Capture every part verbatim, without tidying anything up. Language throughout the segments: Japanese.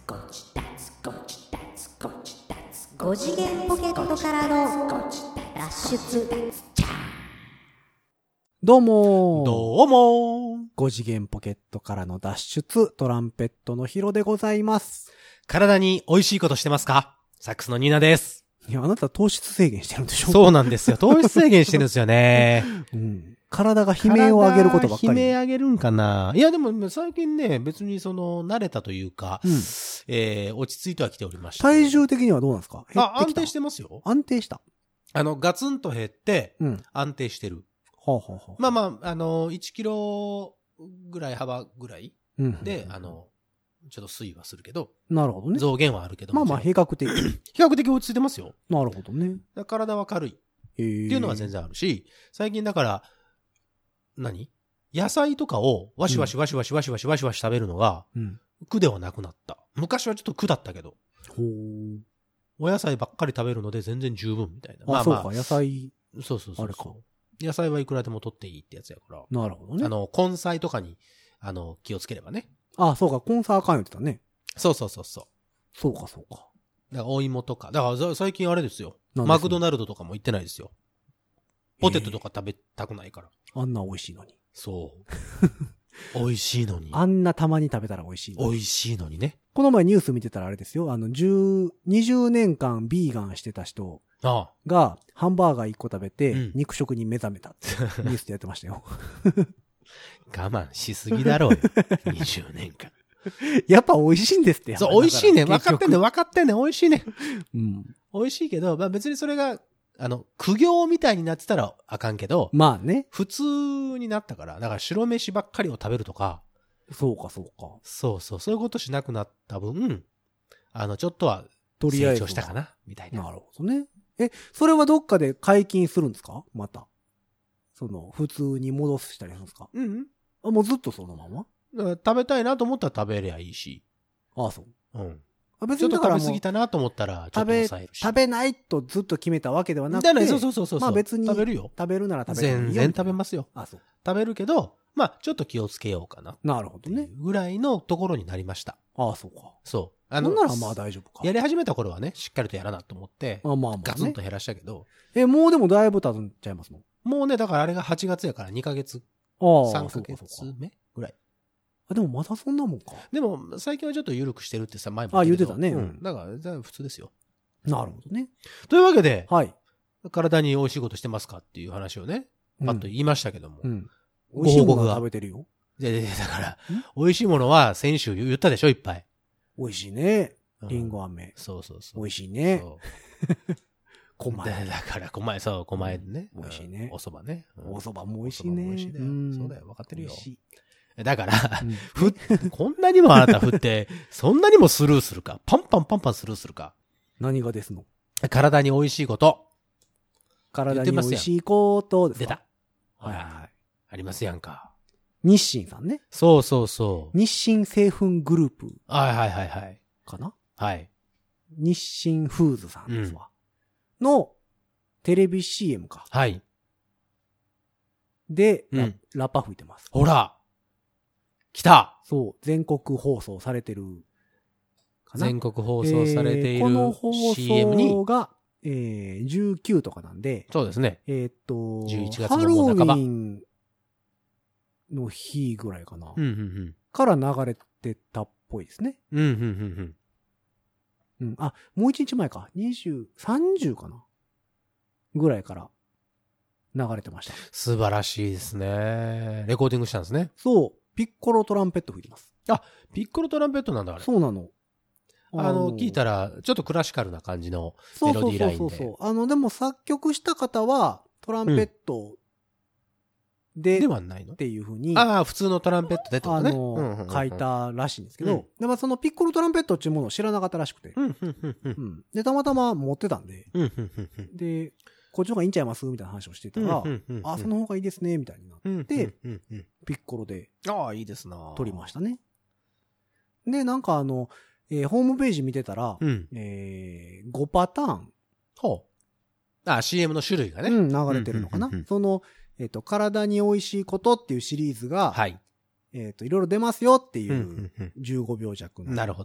ゴチダツゴチダツゴチダツご次元ポケットからの脱出。 どうもーどうもーご次元ポケットからの脱出、トランペットのヒロでございます。 体に美味しいことしてますか？サックスのニーナです。 いや、あなた糖質制限してるんでしょ？ そうなんですよ。糖質制限してるんですよね。 うん。体が悲鳴を上げることばっかり。 悲鳴上げるんかないやでも最近ね、別にその慣れたというか、うん、えー、落ち着いてはきておりました。 体重的にはどうなんですか？減ってきた？ あ、安定してますよ。安定した。 あの、ガツンと減って、うん、安定してる。 はあはあはあ、 まあまあ、あの、いちキロぐらい幅ぐらいで、うんうんうん、あの、ちょっと推移はするけど。 なるほどね。 増減はあるけど。 まあまあ、比較的。 比較的落ち着いてますよ。 なるほどね。 体は軽い。っていうのは全然あるし、最近だから、何？野菜とかをワシワシワシワシワシワシワシワシ食べるのが、うん、苦ではなくなった。昔はちょっと苦だったけど。 ほう。 お野菜ばっかり食べるので全然十分みたいな。 あ、まあまあ、そうか、野菜。 そうそうそう。 あれか。 野菜はいくらでも取っていいってやつやから。 なるほどね。 あの、根菜とかに、あの、気をつければね。 ああ、そうか、根菜あかん言ってたね。 そうそうそうそう。 そうか、そうか。 だから、お芋とか。だから、最近あれですよ。マクドナルドとかも行ってないですよ。ポテトとか食べたくないから。 あんな美味しいのに。 そう。美味しいのに。 あんなたまに食べたら美味しいのに。美味しいのにね。 この前ニュース見てたらあれですよ。あの、十、にじゅうねんかんビーガンしてた人が、ハンバーガーいっこ食べて、肉食に目覚めたってニュースでやってましたよ。 我慢しすぎだろうよ。にじゅうねんかん。 やっぱ美味しいんですって。 そう、美味しいね。分かってんね。分かってんね。美味しいね。 うん。 美味しいけど、まあ別にそれが、あの、苦行みたいになってたらあかんけど。 まあね。 普通になったから。だから白飯ばっかりを食べるとか。 そうか、そうか。 そうそう。そういうことしなくなった分、あの、ちょっとは成長したかなみたいな。 なるほどね。え、それはどっかで解禁するんですか？また。その、普通に戻したりするんですか？ うん、うん。 あ、もうずっとそのまま？ だから食べたいなと思ったら食べりゃいいし。 ああ、そう。 うん。 別にちょっと食べ過ぎたなと思ったら、ちょっと抑えるし。 食べないとずっと決めたわけではなくて。 そうそうそうそう。 まあ別に。 食べるよ。 食べるなら食べる。 全然食べますよ。 あ、そう。 食べるけど、まあちょっと気をつけようかな。 なるほどね。 ぐらいのところになりました。 ああ、そうか。 そう。 あの、そんならまあ大丈夫か。 やり始めた頃はね、しっかりとやらなと思って、 あまあまあ、ね、 ガツンと減らしたけど。 え、もうでもだいぶ経っちゃいますもん。 もうね、だからあれがはちがつやからにかげつ。 ああ、 さんかげつめぐらい。 あ、でもまだそんなもんか。 でも、最近はちょっと緩くしてるってさ、前も言ってた。あ、言ってたね。 うん。だから、普通ですよ。 なるほどね。 というわけで、 はい。 体に美味しいことしてますかっていう話をね、パッと言いましたけども。 うん。美味しいものは食べてるよ。 いやいやだから、美味しいものは先週言ったでしょ、いっぱい。 美味しいね。リンゴ飴。 そうそうそう。 美味しいね。 こまえ。だから、こまえ、そう、こまえね。 美味しいね。 お蕎麦ね。 お蕎麦も美味しいね。 美味しいね。そうだよ、分かってるよ。 美味しい。 だから、ふ、こんなにもあなた振って、そんなにもスルーするか。パンパンパンパンスルーするか。 何がですの？ 体に美味しいこと。 体に美味しいことですか？ 出た。 はいはい。 ありますやんか。 日清さんね。 そうそうそう。 日清製粉グループ。 はいはいはいはい。 かな？ はい。 日清フーズさんですわ。の、テレビ シーエム か。 はい。 で、ラ, ラッパ吹いてます。 ほら来た。 そう、全国放送されてるかな。 全国放送されている シーエム に、えー、 この放送が、えー、じゅうくとかなんで、 そうですね。 えー、っと、 じゅういちがつのもう半ば。 ハロウィンの日ぐらいかな。 うんうんうん。 から流れてたっぽいですね。 うんうんうんうん。 うん。あ、もう一日前か。にじゅう、さんじゅうかな。ぐらいから流れてました。 素晴らしいですね。レコーディングしたんですね。 そう。ピッコロトランペット吹いてます。 あ、ピッコロトランペットなんだあれ。 そうなの。 あの、聞いたら、ちょっとクラシカルな感じのメロディーラインで。 そうそうそうそう。あの、でも作曲した方は、トランペットで、 ではないのっていう風に。 ああ、普通のトランペットでってことね。 あの、書いたらしいんですけど、でもそのピッコロトランペットっていうものを知らなかったらしくて。 うんうんうんうん、 で、たまたま持ってたんで、 うんうんうんうん、 で、こっちの方がいいんちゃいますみたいな話をしてたら、うんうんうんうん、あ、その方がいいですね、みたいになって、うんうんうん、ピッコロで、 ああ、いいですな。 撮りましたね。で、なんかあの、えー、ホームページ見てたら、うん、えー、ごパターン。 ほう。あ、シーエム の種類がね。 うん、流れてるのかな。うんうんうんうん、その、えっと、体に美味しいことっていうシリーズが、 はい。 えっと、いろいろ出ますよっていうじゅうごびょう弱の。 なるほど。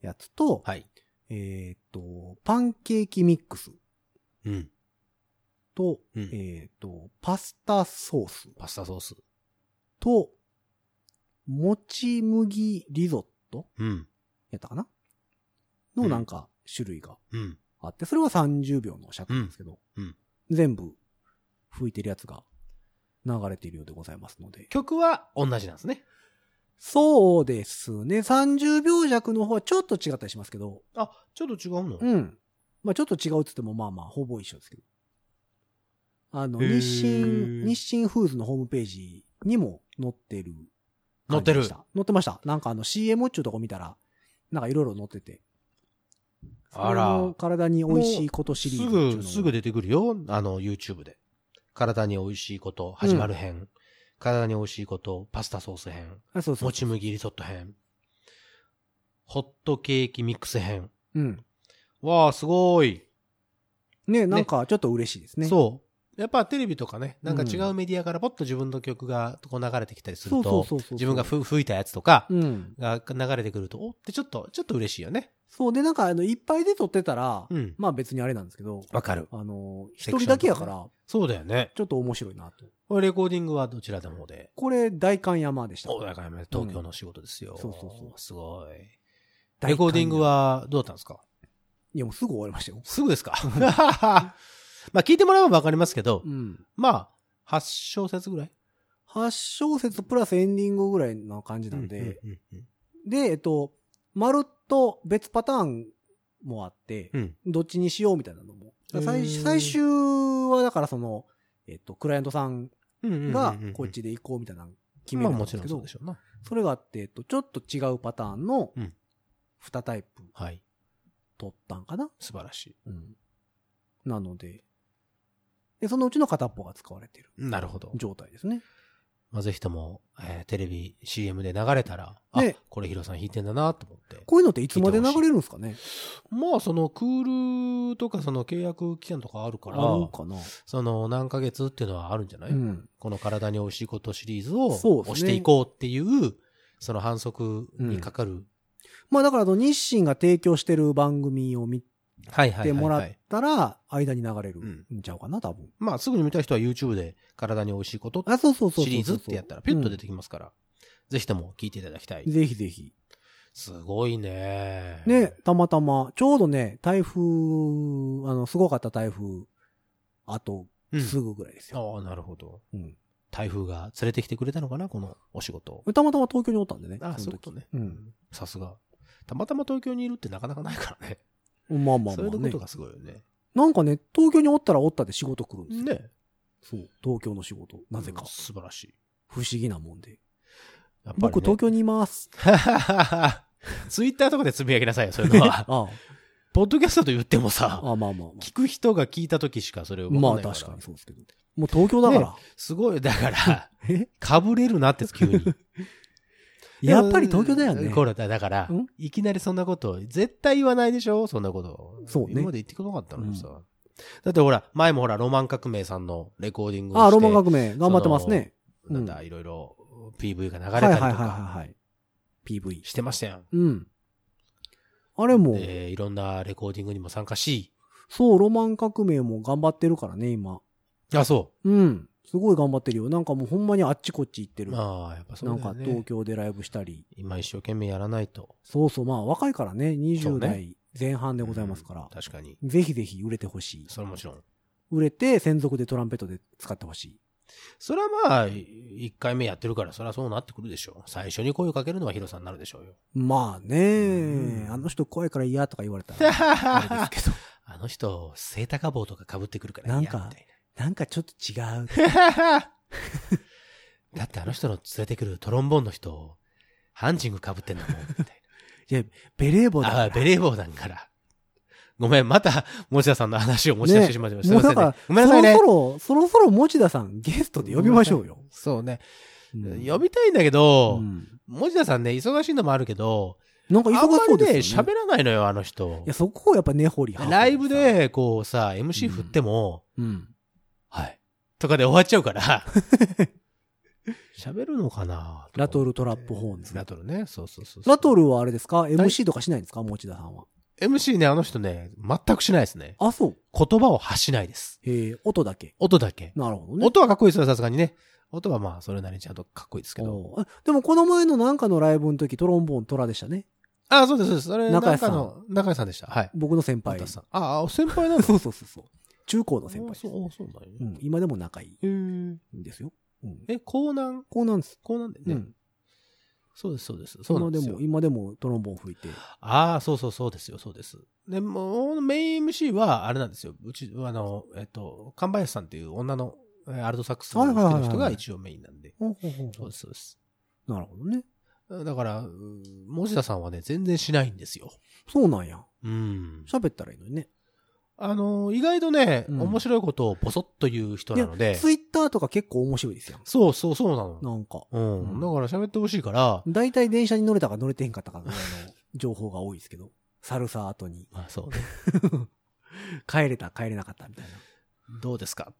やつと、 はい。 えっと、パンケーキミックス。 うん。 と、 うん、 えっと、パスタソース。 パスタソース。 と、もち麦リゾットうん。 やったかなのなんか種類がうん。 あって、それはさんじゅうびょうの尺なんですけど、 うん。うん、 全部吹いてるやつが流れているようでございますので。 曲は同じなんですね。 そうですね。さんじゅうびょう弱の方はちょっと違ったりしますけど。 あ、ちょっと違うの？ うん。まあちょっと違うっつってもまあまあほぼ一緒ですけど。あの、日清、日清フーズのホームページにも載ってる。 載ってる。 載ってました。なんかあの シーエム っちゅうとこ見たら、なんかいろいろ載ってて。 あら。 体に美味しいことシリーズ。すぐ、すぐ出てくるよ。あの、YouTube で。体に美味しいこと、始まる編。うん、体に美味しいこと、パスタソース編。 あ、そうそう。 もち麦リゾット編。ホットケーキミックス編。 うん。 わあ、すごい。 ね、なんかちょっと嬉しいですね。 ね、そう。やっぱテレビとかね、なんか違うメディアからポッと自分の曲がこう流れてきたりすると、自分が吹いたやつとかが流れてくると、おってちょっと、ちょっと嬉しいよね。 そうで、なんかあの、いっぱいで撮ってたら、 うん、 まあ別にあれなんですけど。 わかる。 あの、一人だけやから。 そうだよね。 ちょっと面白いなと。 これレコーディングはどちらでもで。 これ、代官山でした。 お、代官山、東京の仕事ですよ。 うん、そうそうそう。 すごい。レコーディングはどうだったんですか？ いや、もうすぐ終わりましたよ。 すぐですか？まあ聞いてもらえばわかりますけど、 うん、 まあ、はちしょうせつぐらい ? はち 小節プラスエンディングぐらいな感じなんで、うんうんうんうん、で、えっと、まるっと別パターンもあって、うん、どっちにしようみたいなのも。最, 最終はだからその、えっと、クライアントさんがこっちで行こうみたいなの決めるんですけど、それがあって、えっと、ちょっと違うパターンのにタイプ取ったんかな、 素晴らしい。 うん、なので、で、そのうちの片っぽが使われている。 なるほど。 状態ですね。 まあ、ぜひとも、えー、テレビ、シーエム で流れたら、ね、あ、これヒロさん弾いてんだなと思って。 こういうのっていつまで流れるんですかね？ まあ、その、クールとか、その、契約期間とかあるから、 あるかな。 その、何ヶ月っていうのはあるんじゃない？うん、この体に美味しいことシリーズを、押していこうっていう、その反則にかかる。うん、 まあ、だから、日清が提供してる番組を見て、 はいはい。 もらったら、間に流れるんちゃうかな、多分。 まあ、すぐに見たい人は YouTube で体に美味しいことあ、そうそうそう。 シリーズってやったら、ピュッと出てきますから、ぜひとも聞いていただきたい。 ぜひぜひ。 すごいね。 ね、たまたま、ちょうどね、台風、あの、すごかった台風、あと、すぐぐらいですよ。 ああ、なるほど。うん。台風が連れてきてくれたのかな、このお仕事。 たまたま東京におったんでね。 ああ、そういうことね。うん。さすが。たまたま東京にいるってなかなかないからね。 まあまあまあ、ね。 そういうことがすごいよね。 なんかね、東京におったらおったで仕事来るんですよ。 ね。 そう、東京の仕事。なぜか。うん、 素晴らしい。 不思議なもんで。やっぱりね、僕東京にいます。 ツイッターとかでつぶやきなさいよ、そういうのは。ああ、ポッドキャストと言ってもさ、ああまあまあまあ、聞く人が聞いた時しかそれを分かんないから。まあ確かにそうですけど。もう東京だから。ね、すごい、だから、かぶれるなって急に。 やっぱり東京だよね。 これだ、だから、いきなりそんなこと絶対言わないでしょ、そんなこと。 そうね。 今まで言ってこなかったのにさ、うん。だってほら、前もほら、ロマン革命さんのレコーディングをして。 あ、ロマン革命、頑張ってますね。 なんだ、いろいろ ピーブイ が流れたりとか。はいはいはいはい。 ピーブイ。 してましたやん。 うん。あれも。 えー、いろんなレコーディングにも参加し。 そう、ロマン革命も頑張ってるからね、今。 あ、そう。 うん。すごい頑張ってるよ。なんかもうほんまにあっちこっち行ってる。 ああ、やっぱそうだね。 なんか東京でライブしたり。 今一生懸命やらないと。 そうそう、まあ若いからね、にじゅう代前半でございますから。ね、 うん、確かに。 ぜひぜひ売れてほしい。 それはもちろん。 売れて専属でトランペットで使ってほしい。 それはまあ、一回目やってるから、それはそうなってくるでしょう。最初に声をかけるのはヒロさんになるでしょうよ。 まあね、あの人怖いから嫌とか言われたら、あれですけど。 あの人、セータカ帽とか被ってくるから嫌みたいな。 なんか、なんかちょっと違う。 だってあの人の連れてくるトロンボーンの人、ハンチング被ってんだもん、みたいな。 いや、ベレー帽だから。 あ、ベレー帽だから。ごめん、また、持田さんの話を持ち出してしまいました。ね、すいません、ね。ごめんなさいね。 そろそろ、そろそろ持田さんゲストで呼びましょうよ。 そうね、うん。呼びたいんだけど、うん、持田さんね、忙しいのもあるけど、 なんか忙しそうですよね。喋らないのよ、あの人。 いや、そこをやっぱ根掘り。 ライブで、こうさ、エムシー 振っても、うん。うん、はい。とかで終わっちゃうから。 喋るのかなラトルトラップホーンズ。 ラトルね。そうそうそうそう。 ラトルはあれですか ?エムシー とかしないんですか持田さんは。 エムシー ね、あの人ね、全くしないですね。 あ、そう。 言葉を発しないです。 へえ、音だけ。 音だけ。 なるほどね。 音はかっこいいですよ、さすがにね。音はまあ、それなりにちゃんとかっこいいですけど。 でもこの前のなんかのライブの時、トロンボーントラでしたね。 ああ、そうです、そうです。それ、 中谷さんの、中谷さんでした。はい。 僕の先輩。 ああ、先輩なのそうそうそうそう。中高の先輩です。 そう、そうだよね。 うん、今でも仲いい。 へんですよ。 うん、え、高南高南です。 高南でね。うん。そうです、そうです。 今でも、今でもトロンボーン吹いて。 ああ、そうそうそうですよ、そうです。で、もう、メイン エムシー は、あれなんですよ。うち、あの、えっと、神林さんっていう女のアルトサックスの吹ける人が一応メインなんで。そうです、そうです。 なるほどね。 だから、持田さんはね、全然しないんですよ。 そうなんや。 うん。 喋ったらいいのにね。 あの、意外とね、うん、面白いことをポソッと言う人なので。 ツイッターとか結構面白いですよ。 そうそうそうなの。 なんか。 うん。うん、だから喋ってほしいから。 だいたい電車に乗れたか乗れてへんかったかぐらいの情報が多いですけど。サルサ後に。 あ、そうね。 帰れた、帰れなかったみたいな。どうですかって、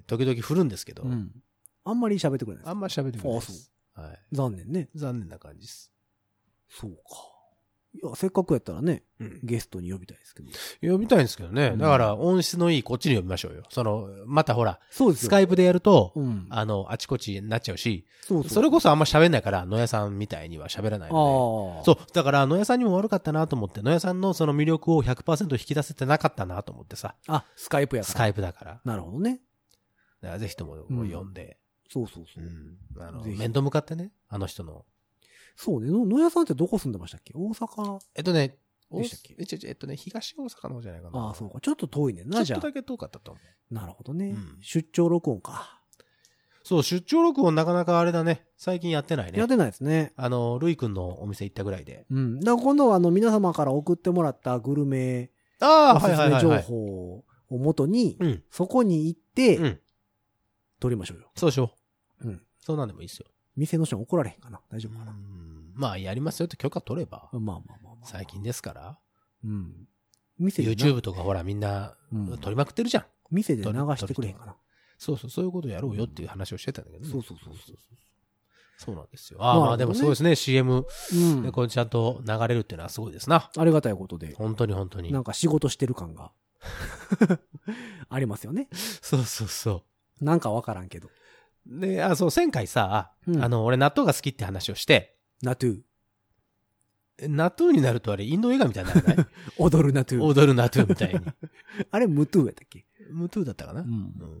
時々振るんですけど。うん。 あんまり喋ってくれないです。 あんまり喋ってくれないです。 あ、そう。はい。残念ね。 残念な感じです。 そうか。いや、せっかくやったらね、うん、ゲストに呼びたいですけど。 呼びたいんですけどね。うん、だから音質のいいこっちに呼びましょうよ。その、またほら、 そうですよ。 スカイプでやると、 うん、 あの、あちこちになっちゃうし、 そうそうそれこそあんま喋んないから、野屋さんみたいには喋らないので。そう。だから野屋さんにも悪かったなと思って、野屋さんのその魅力を ひゃくパーセント 引き出せてなかったなと思ってさ。 あ、スカイプやから。 スカイプだから。 なるほどね。 だからぜひとも呼んで、 うん。そうそうそう。 うん。あの、面と向かってね、あの人の。 そうね。野屋さんってどこ住んでましたっけ？大阪。 えっとね、 でしたっけ？ え、ちょ、えっとね、東大阪の方じゃないかな。 ああ、そうか。ちょっと遠いねんな、 じゃあ。ちょっとだけ遠かったと思う。なるほどね。うん、出張録音か。 そう、出張録音なかなかあれだね。最近やってないね。 やってないですね。 あの、ルイ君のお店行ったぐらいで。 うん。だから今度はあの、皆様から送ってもらったグルメ、 ああ、 おすすめ情報をもとに、 うん、 そこに行って、 うん、 撮りましょうよ。 そうしよう。うん。 そうなんでもいいですよ。 店の人に怒られへんかな？大丈夫かな？ まあ、やりますよって許可取れば。 まあまあまあまあ。 最近ですから。 うん。店で YouTube とかほらみんな、撮りまくってるじゃん。 店で流してくれへんかな。 そうそう、そういうことやろうよっていう話をしてたんだけどね。 そうそうそうそう。 そうなんですよ。ああ、まあでもそうですね、シーエム。で、これちゃんと流れるっていうのはすごいですな。 ありがたいことで。 本当に本当に。 なんか仕事してる感が。ありますよね。 そうそうそう。 なんかわからんけど。 で、あ、そう、前回さ、うん、あの、俺納豆が好きって話をして。 ナトゥー。ナトゥーになるとあれ、インド映画みたいになるね。 踊るナトゥー。 踊るナトゥーみたいに。 あれ、ムトゥーやったっけ？ ムトゥーだったかな、 うん、うん。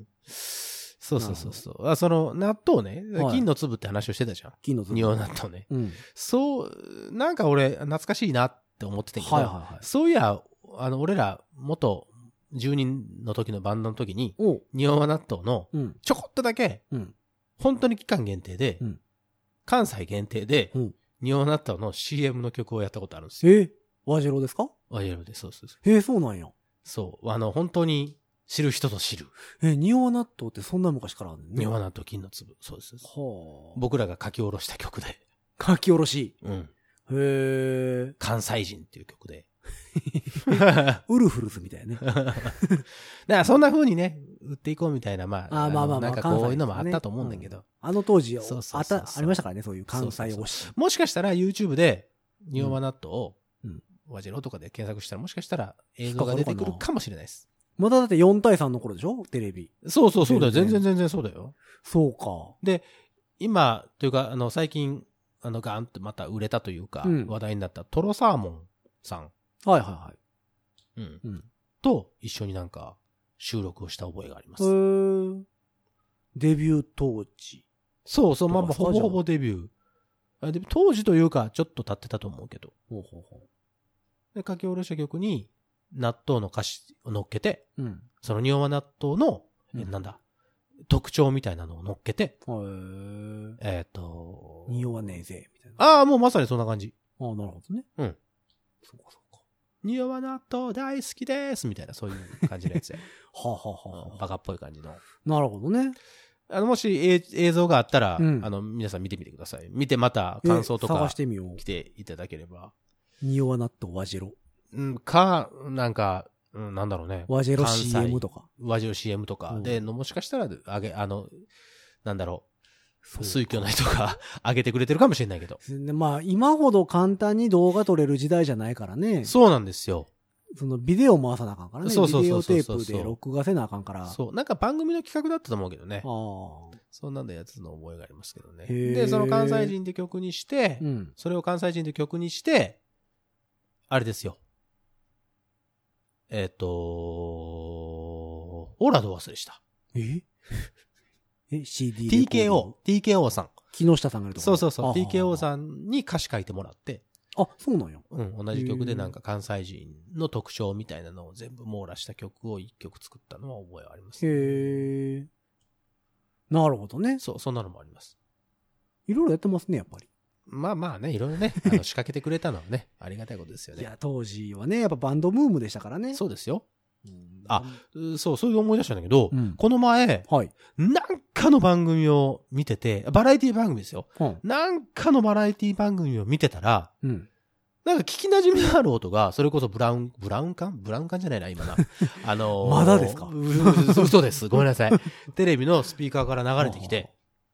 そうそうそうそう。あ、その、納豆ね、はい、金の粒って話をしてたじゃん。 金の粒。 仁王納豆ね。 うん。 そう、なんか俺、懐かしいなって思ってたけど、 はいはいはい、 そういや、あの、俺ら、元、じゅうにんの時のバンドの時に、仁王納豆の、ちょこっとだけ、 うん、 本当に期間限定で、 うん、 関西限定で、 うん、 仁王納豆の シーエム の曲をやったことあるんですよ。 えー、和ジェロですか？ 和ジェロで、そうそうそう。 えー、そうなんや。 そう。あの、本当に、知る人と知る。 え、仁王納豆ってそんな昔からあるんね。 仁王納豆金の粒。そうです。 はあ。 僕らが書き下ろした曲で。 書き下ろし。 うん。 へえ。 関西人っていう曲で。 ウルフルスみたいなね。 だからそんな風にね、売っていこうみたいな、まあ、 あまあまあまあ、 なんかこういうのもあったと思うんだけど。 うん、あの当時、 そうそうあった、ありましたからね、そういう関西推し。 もしかしたら YouTube で、仁王納豆を、和ジェロとかで検索したら、もしかしたら映像が出てくるかもしれないです。 まだだってよんたいさんの頃でしょテレビ。 そうそうそうだよ。全然全然そうだよ。 そうか。 で、今、というか、あの、最近、あの、ガンってまた売れたというか、うん、話題になったトロサーモンさん。 はいはいはい。 うん。うん、と、一緒になんか、収録をした覚えがあります。 へー。デビュー当時。 そうそう、まあまあ、ほぼほぼデビュー。で当時というか、ちょっと経ってたと思うけど。 ほうほうほう。で、書き下ろした曲に、納豆の歌詞を乗っけて、 うん、 その仁王納豆の、 うん、 えなんだ、特徴みたいなのを乗っけて、 えっ、ー、と、 仁王はねえぜ、みたいな。 ああ、もうまさにそんな感じ。 ああ、なるほどね。 うん。 そうかそうか。 仁王は納豆大好きですみたいな、そういう感じのやつや。 はあ、はあはあ、 バカっぽい感じの。 なるほどね。 あの、もし映像があったら、 うん、 あの、皆さん見てみてください。見てまた感想とか、 探してみよう。 来ていただければ。 仁王は納豆和ジェロ。 うん、か、なんか、うん、なんだろうね。 和ジェロ シーエム とか。 和ジェロ シーエム とか。で、のもしかしたら、あげ、あの、なんだろ水鏡の人が上げてくれてるかもしれないけど。 まあ、今ほど簡単に動画撮れる時代じゃないからね。 そうなんですよ。 そのビデオ回さなあかんからね。 そうそうそうそう。 ビデオテープで録画せなあかんから。 そう。なんか番組の企画だったと思うけどね。 ああ。 そんなんでやつの覚えがありますけどね。で、その関西人で曲にして、うん、それを関西人で曲にして、あれですよ。えっ、ー、とオーラド忘れした。 ええ ?シーディーティーケーオー、ティーケーオー さん。 木下さんがいるとこそうそうそう。ティーケーオー さんに歌詞書いてもらって。 あ、そうなんや。 うん、同じ曲でなんか関西人の特徴みたいなのを全部網羅した曲を一曲作ったのは覚えあります、ね。 へー。なるほどね。 そう、そんなのもあります。 いろいろやってますね、やっぱり。 まあまあね、いろいろね、あの仕掛けてくれたのはね、ありがたいことですよね。 いや、当時はね、やっぱバンドブームでしたからね。 そうですよ。うん、あ、そう、そういう思い出したんだけど、うん、この前、 はい、 なんかの番組を見てて、バラエティ番組ですよ。うん、なんかのバラエティ番組を見てたら、うん、なんか聞き馴染みのある音が、それこそブラウン、ブラウン管ブラウン管じゃないな、今な。あのー、 まだですか嘘です。ごめんなさい。テレビのスピーカーから流れてきて、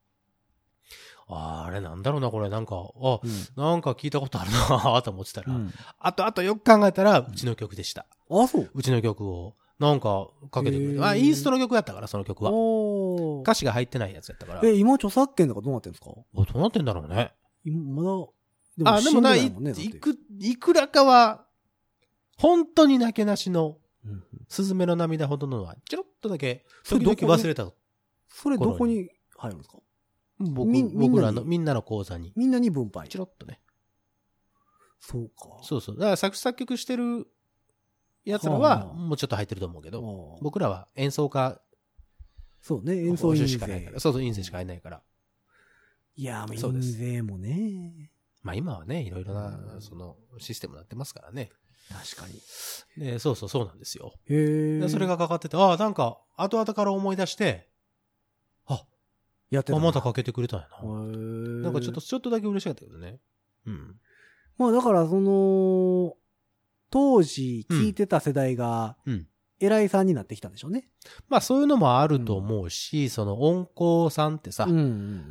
あ, あれなんだろうな、これなんか、あ、うん、なんか聞いたことあるなと思ってたら、うん、あとあとよく考えたら、うちの曲でした。 あ、そううちの曲を、なんかかけてくれる。あ、インストの曲やったから、その曲は。歌詞が入ってないやつやったから。 え、今著作権とかどうなってんですか？ どうなってんだろうね。 今、まだ、 でもあ、でもな、い、いく、いくらかは、本当になけなしの、すずめの涙ほどのは、ちょろっとだけ、時々忘れた。 それどこに入るんですか？ 僕、僕らの、みんなの講座に。 みんなに分配。 ちょろっとね。 そうか。 そうそう。だから作詞作曲してる奴らは、もうちょっと入ってると思うけど、僕らは演奏家。 そうね、演奏印税しかないから。そうそう、印税しか入んないから。 いやー、印税もね。 まあ今はね、いろいろな、その、システムになってますからね。 確かに。 で、そうそう、そうなんですよ。 へー。 それがかかってて、ああ、なんか、後々から思い出して、あ、 やってた。 あ、またかけてくれたんやな。なんかちょっと、ちょっとだけ嬉しかったけどね。うん。 まあだから、その、当時聞いてた世代が、うん。偉いさんになってきたんでしょうね。 まあそういうのもあると思うし、うん、その音工さんってさ、うんうん、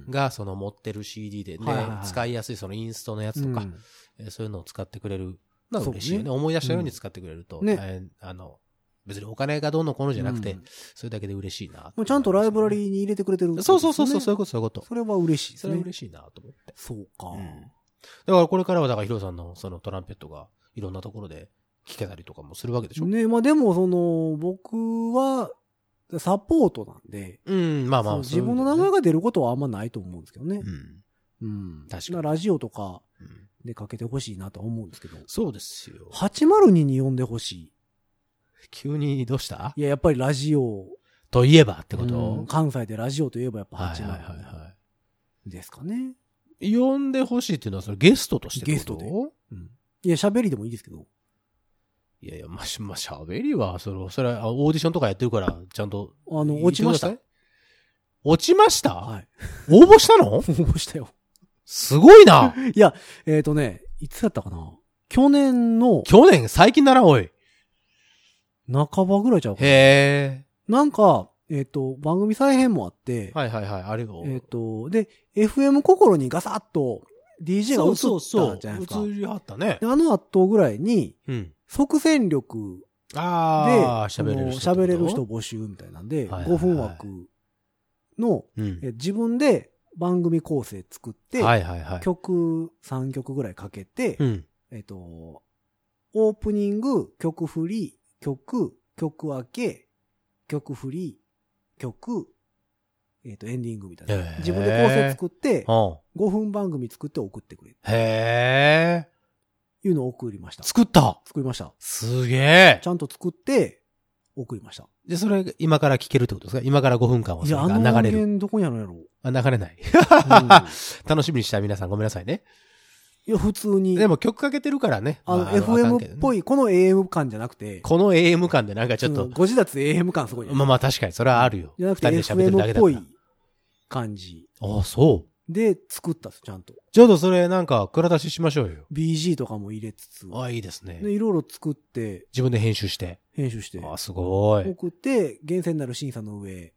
がその持ってる シーディー でね、はいはいはい、使いやすいそのインストのやつとか、うんえー、そういうのを使ってくれるのは嬉しいよね。ね思い出したように使ってくれると、うんねえー、あの、別にお金がどうのこうのじゃなくて、うん、それだけで嬉しいな、ね。 ちゃんとライブラリーに入れてくれてる、 ね。そうそうそうそう、そういうことそういうこと。 それは嬉しいですね。 それは嬉しいなと思って。 そうか。うん、 だからこれからはだからヒロさんのそのトランペットがいろんなところで聞けたりとかもするわけでしょね。まあでもその、僕は、サポートなんで。 うん、まあまあ。 自分の名前が出ることはあんまないと思うんですけどね。 うん。 うん。 確かに。 ラジオとかでかけてほしいなとは思うんですけど。 そうですよ。 はちまるにに呼んでほしい。 急にどうした？ いや、やっぱりラジオ。 といえばってこと、 うん、関西でラジオといえばやっぱはちまるはいはいはいはい。 ですかね。 呼んでほしいっていうのはそれゲストとしてゲストで。うん。いや、喋りでもいいですけど。 いやいや、まあ、し、まあ、喋りは、それ、それは、オーディションとかやってるから、ちゃんと。 あの、落ちました。 落ちました？ はい。 応募したの？ 応募したよ。 すごいな。 いや、えっ、ー、とね、いつだったかな？去年の。 去年？最近なら、おい。 半ばぐらいちゃうかな。 へー。 なんか、えっ、ー、と、番組再編もあって。 はいはいはい、あれを。 えっ、ー、と、で、エフエム 心にガサッと ディージェー が映ったじゃないですか。 そうそうそう。映りはったね。 あの後ぐらいに、 うん。 即戦力で喋れる人。 喋れる人募集みたいなんで、はいはいはい、ごふん枠の、うん、え自分で番組構成作って、 はいはいはい、 曲さんきょくぐらいかけて、 うん、 えっと、オープニング、曲振り、曲、曲明け、曲振り、曲、えっと、エンディングみたいな。自分で構成作って、ごふん番組作って送ってくれる。 へー。 いうのを送りました。 作った作りました。 すげえ。 ちゃんと作って、送りました。 で、それ、今から聞けるってことですか？今からごふんかんはそれが流れる。いや、あの音源どこにあるんやろう？ あ、流れない。うん、楽しみにした皆さんごめんなさいね。 いや、普通に。 でも曲かけてるからね。 あの、まあ、エフエム っぽい、この エーエム 感じゃなくて。 この エーエム 感でなんかちょっと。 ご自立 エーエム 感すごい、ね。 まあまあ確かに、それはあるよ。 じゃなくて エフエム っぽい感じ。 ああ、そう。 で、作ったっす、ちゃんと。 ちょうどそれなんか、蔵出ししましょうよ。 ビージー とかも入れつつ。 ああ、いいですね。 で、いろいろ作って。 自分で編集して。 編集して。 ああ、すごい。 送って、厳選なる審査の上。 うん。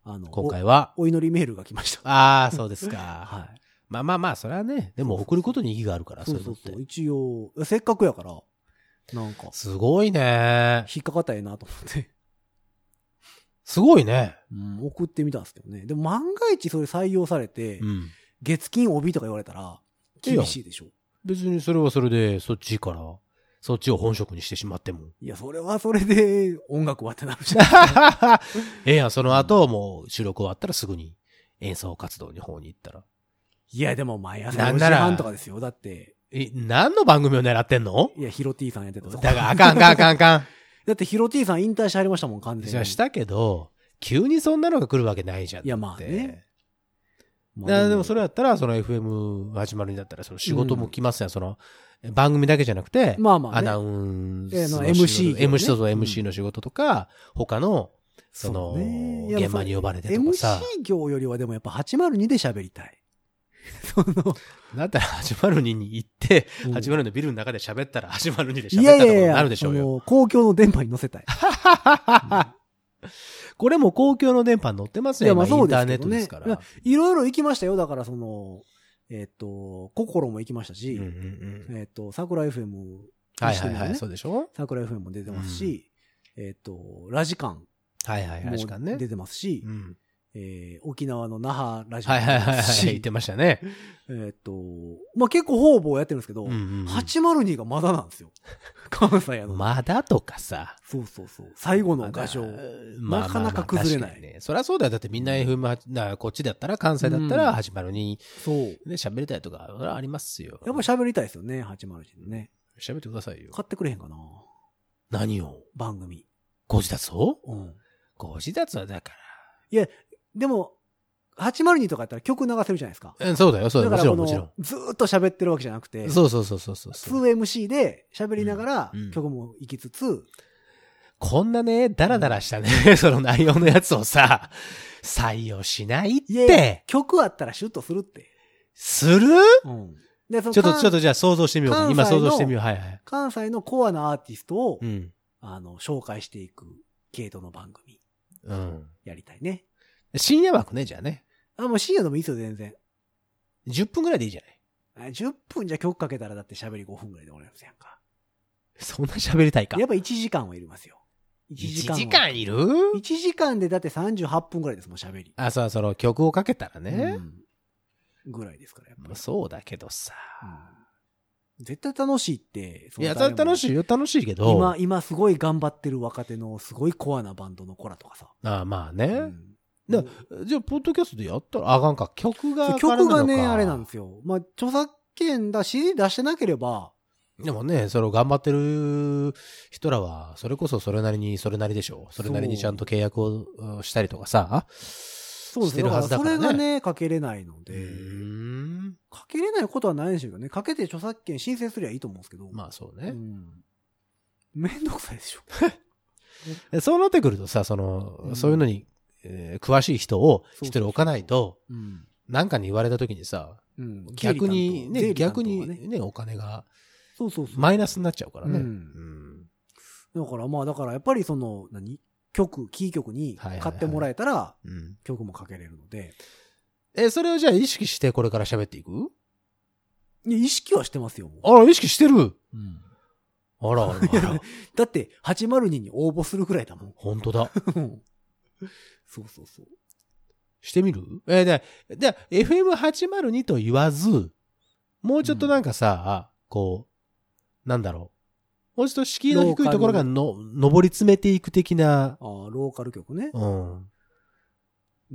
あの、 今回はお、お祈りメールが来ました。 ああ、そうですか。 はい。 まあまあまあ、それはね、でも送ることに意義があるから、 そうそうそう。一応、せっかくやから、なんか。 すごいね。 引っかかったらええなと思って。 すごいね。 うん、送ってみたんですけどね。でも万が一それ採用されて、うん、月金帯とか言われたら、厳しいでしょ。別にそれはそれで、そっちから、そっちを本職にしてしまっても。 いや、それはそれで音楽はってなるじゃないですか。 ええやん、その後もう収録終わったらすぐに演奏活動の方に行ったら。 いや、でも毎朝よじはんとかですよ。だって。 え、何の番組を狙ってんの？ いや、ヒロティさんやってた。 だからあかんあかんあかんあかん。 だってヒロティさん引退してはりましたもん、完全に。 じゃあしたけど、急にそんなのが来るわけないじゃん。 いや、まあね。 まあ、でもそれやったら、その エフエムはちまるにだったら、その仕事も来ますよ、うん、その、番組だけじゃなくて、 まあまあ、ね、 アナウンスの エムシー、ね。 エムシー と エムシー の仕事とか、うん、他の、その、ね、現場に呼ばれてとかさ。 エムシー 業よりはでもやっぱはちまるにで喋りたい。その、 だったらはちまるにに行って、うん、はちまるにのビルの中で喋ったらはちまるにで喋ったことになるでしょうよ。いやいやいや、 公共の電波に乗せたい。 うん、これも公共の電波に乗ってますよ。いや、まあそうですけどね。インターネットですから。 いろいろ行きましたよ。だからその、えっ、ー、と、心も行きましたし、うんうんうん、えっ、ー、と、桜 エフエム、ね、 はいはいはい、そうでしょ？ 桜 エフエム も出てますし、うん、えっ、ー、と、ラジカン。 はいはい、ラジカンね。 出てますし、 うんえー、沖縄の那覇ラジオも出てますし。はいはいはい、言ってましたね。 えっと、まあ、結構方々やってるんですけど、うんうんうん、はちまるにがまだなんですよ。関西やの。 まだとかさ。 そうそうそう。最後の画像。ま、なかなか崩れない。まあまあまあね、そりゃそうだよ。だってみんな エフエム、なこっちだったら、関西だったらはちまるに、うん、そう。ね、喋りたいとか、それはありますよ。 やっぱ喋りたいですよね、はちまるにのね。 喋ってくださいよ。 買ってくれへんかな。 何を？ 番組。 ご自立を？ うん。 ご自立はだから。 いや、でも、はちまるにとかやったら曲流せるじゃないですか。 うん、そうだよ、そうだよ。もちろん、もちろん。 ずーっと喋ってるわけじゃなくて。 そうそうそうそうそう。 ツーエムシー で喋りながら、曲も行きつつ、うんうん、 こんなね、ダラダラしたね、その内容のやつをさ、採用しないって。いやいや曲あったらシュッとするって。 する？ うん。 で、そのちょっと、ちょっとじゃあ想像してみようか。今想像してみよう。はいはい。 関西のコアなアーティストを、うん、あの、紹介していく系統の番組。 うん。 やりたいね。 深夜枠ね、じゃあね。 あ、もう深夜でもいいですよ、全然。 じゅっぷんぐらいでいいじゃない。じゅっぷんじゃ曲かけたらだって喋りごふんぐらいで終わりますやんか。 そんな喋りたいか。 やっぱいちじかんはいりますよ。 いちじかん。いちじかんいる ? いち 時間でだってさんじゅうはっぷんぐらいですもん、喋り。 あ、そう、その曲をかけたらね。 うん。ぐらいですから、やっぱり。 そうだけどさ。 うん、絶対楽しいって。 いや、楽しいよ、楽しいけど。 今、今すごい頑張ってる若手のすごいコアなバンドの子らとかさ。 ああ、まあね。うんでじゃあ、ポッドキャストでやったらあかんか。曲が曲がね、あれなんですよ。まあ、著作権だ、シーディー 出してなければ。 でもね、それを頑張ってる人らは、それこそそれなりに、それなりでしょう。それなりにちゃんと契約をしたりとかさ。 そうですね。してるはずだからね。それがね、かけれないので。うんかけれないことはないでしょうけどね。かけて著作権申請すりゃいいと思うんですけど。 まあそうね。うん、 めんどくさいでしょ。そうなってくるとさ、その、うん、そういうのに、えー、詳しい人を一人置かないと、なんかに言われた時にさ、うん、逆にね、ね逆にね、お金が、 そうそうそう。 マイナスになっちゃうからね。うんうん、だからまあ、だからやっぱりその、何曲、キー曲に買ってもらえたら、はいはいはいうん、曲もかけれるので。 え、それをじゃあ意識してこれから喋っていく？ いや、意識はしてますよ。 あら、意識してる。うん。あらあらあら。 だって、はちまるにに応募するくらいだもん。 本当だ。 そうそうそう。 してみる？えー、で、で、エフエムはちまるに と言わず、もうちょっとなんかさ、うん、こう、なんだろう。もうちょっと敷居の低いところがの、上り詰めていく的な。 ああ、ローカル曲ね。うん。うん。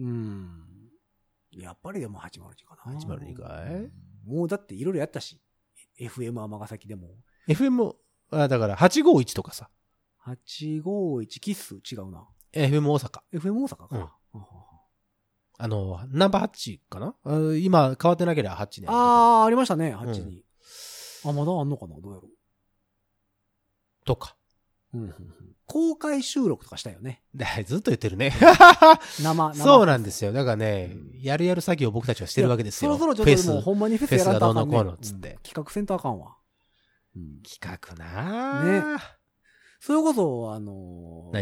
やっぱりでもはちまるにかな。 はちまるにかい？ もうだっていろいろやったし。エフエム 尼崎でも。 エフエム、あ、だからはちごいちとかさ。 はちごいちキッス違うな。 エフエム 大阪。 エフエム 大阪かな。うん、 あの、ナンバーはちかな？今変わってなければはちにある。ああ、ありましたね、はちに。うん、あ、まだあんのかな？どうやろう。 とか。 うんうんうん、公開収録とかしたよね。 ずっと言ってるね。 生、生。 そうなんですよ。だからね、うん、やるやる作業を僕たちはしてるわけですよ。 そろそろちょっともうほんまにフェスやらんとあかんね。 フェスがどうのこうのっつって、 うん。企画せんとあかんわ。 うん、企画なぁ。 ね。それこそ、あのー、 何を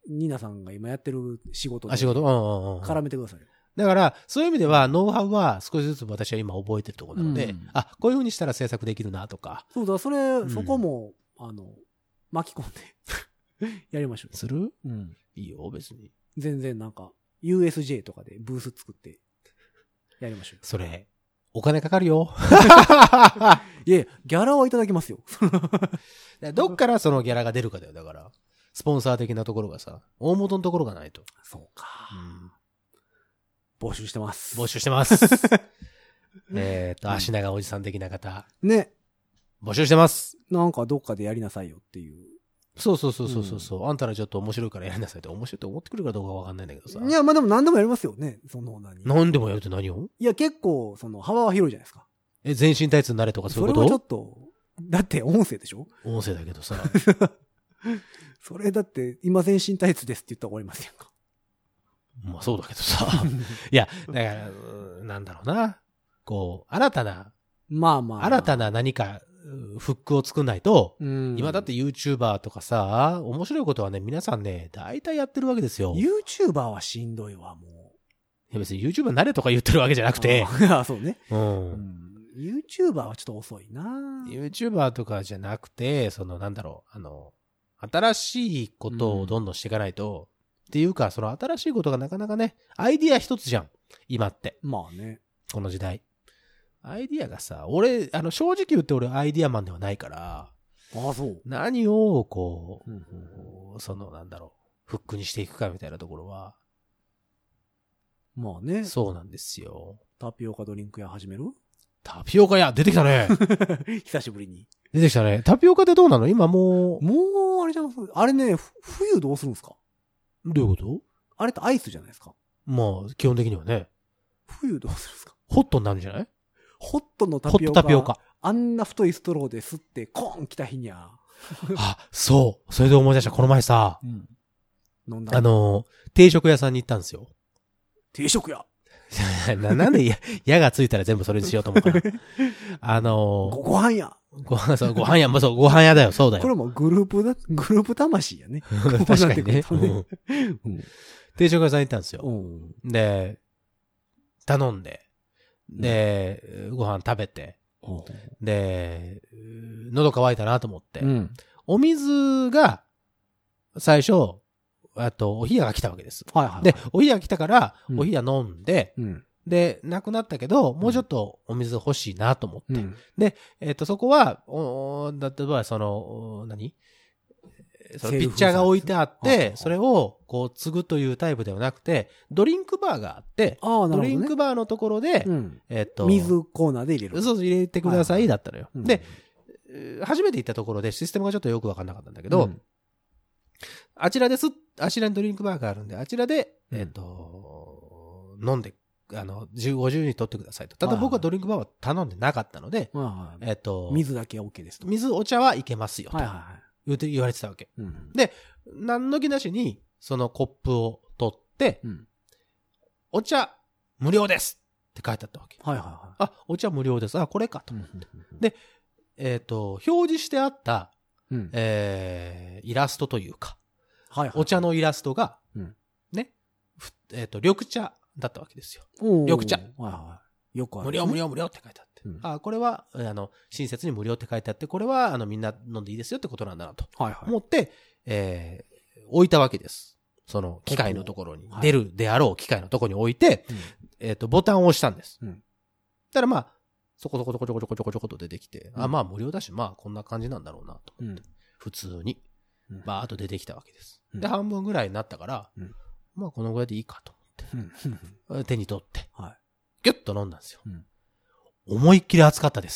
ニーナさんが今やってる仕事で。 あ、仕事うんうんうん。 絡めてくださいよ。 だから、そういう意味では、ノウハウは少しずつ私は今覚えてるところなので、 うん、 あ、こういう風にしたら制作できるなとか。 そうだ、それ、 うん、 そこも、あの、巻き込んでやりましょう。 する？ うん。 いいよ、別に。 全然なんか、ユーエスジェー とかでブース作って、やりましょう。 それ、お金かかるよ。 いや、ギャラはいただきますよ。 どっからそのギャラが出るかだよ、だから。スポンサー的なところがさ、大元のところがないと。 そうか。うん、募集してます。 募集してます。えっと、足長おじさん的な方。 ね。 募集してます。 なんかどっかでやりなさいよっていう。 そうそうそうそうそう、うん。あんたらちょっと面白いからやりなさいって面白いって思ってくるかどうかわかんないんだけどさ。 いや、まあでも何でもやりますよね。その何。 何でもやるって何を？ いや、結構、その幅は広いじゃないですか。 え、全身タイツになれとかそういうこと？ それはちょっと、だって音声でしょ？ 音声だけどさ。 それだって、今全身タイツですって言ったら終わりますやんか。 まあそうだけどさ。いや、だから、なんだろうな。こう、新たな、 まあまあ。 新たな何か、フックを作んないと、 うん、 今だって YouTuber とかさ、面白いことはね、皆さんね、大体やってるわけですよ。 YouTuber はしんどいわ、もう。 いや別に YouTuber になれとか言ってるわけじゃなくて。 ああ、そうね。 うん。 うん、YouTuber はちょっと遅いな。 YouTuber とかじゃなくて、そのなんだろう、あの、新しいことをどんどんしていかないと、うん、っていうか、その新しいことがなかなかね、アイディア一つじゃん。今って。 まあね。 この時代。アイディアがさ、俺、あの、正直言って俺アイディアマンではないから、 ああ、そう。 何を、こう、 うんうんうん、 その、なんだろう、フックにしていくかみたいなところは、 まあね。 そうなんですよ。 タピオカドリンク屋始める？ タピオカ屋出てきたね。 久しぶりに。 出てきたね。タピオカってどうなの？今もう。 もう、あれじゃん。あれね、冬どうするんですか？ どういうこと？ あれってアイスじゃないですか。 まあ、基本的にはね。 冬どうするんですか？ ホットになるんじゃない？ ホットのタピオカ。 ホットタピオカ。 あんな太いストローで吸ってコーン来た日にゃ。 あ、そう。それで思い出した。この前さ、うん、飲んだ。あの、定食屋さんに行ったんですよ。 定食屋な, なんでや、やがついたら全部それにしようと思うから。あのー、ご、ご飯屋。 ご飯、そう、ご飯屋、もそう、ご飯屋だよ、そうだよ。 これもグループだ、グループ魂やね。 確かにね。うん、定食屋さんに行ったんですよ。うん、で、頼んで、で、うん、ご飯食べて、うん、で、喉乾いたなと思って、うん、お水が、最初、あと、お冷やが来たわけです。はいはいはい、で、お冷やが来たから、お冷や飲んで、うん、で、なくなったけど、もうちょっとお水欲しいなと思って。うん、で、えっと、そこは、おだってば、その、何そのピッチャーが置いてあって、それを、こう、継ぐというタイプではなくて、ドリンクバーがあって、あ、ね、ドリンクバーのところで、うん、えっと、 水コーナーで入れる。 そうそう、入れてください、だったのよ。はいはい、で、うん、初めて行ったところでシステムがちょっとよくわかんなかったんだけど、うん、あちらです、あちらにドリンクバーがあるんで、あちらで、うん、えっと、飲んで、あの、じゅうごじゅうに取ってくださいと。ただ僕はドリンクバーは頼んでなかったので、はいはい、えっと、 水だけ OK ですと。 水、お茶はいけますよと。はいはいはい、言うて、言われてたわけ。うん、で、何の気なしに、そのコップを取って、うん、お茶、無料ですって書いてあったわけ。はいはいはい。あ、お茶無料です。あ、これかと思って。うんうんうん、で、えっと、表示してあった、うん、えー、イラストというか、はいはいはい、お茶のイラストが、うん、ね、えっと、緑茶だったわけですよ。緑茶。はいはい、よくある、ね。無料無料無料って書いてあって。うん、あ、これは、あの、親切に無料って書いてあって、これは、あの、みんな飲んでいいですよってことなんだなと。はいはい。思って、えー、置いたわけです。その、機械のところに、はい、出るであろう機械のところに置いて、うん、えっと、ボタンを押したんです。うん。ただまあ、そこそこそこちょこちょこちょこちょこと出てきて、うん、あ、まあ無料だし、まあこんな感じなんだろうなと思って、うん、普通に、バーっと出てきたわけです。うん、で、半分ぐらいになったから、うん、まあこのぐらいでいいかと思って、手に取って、はい、ギュッと飲んだんですよ。うん、思いっきり熱かったです。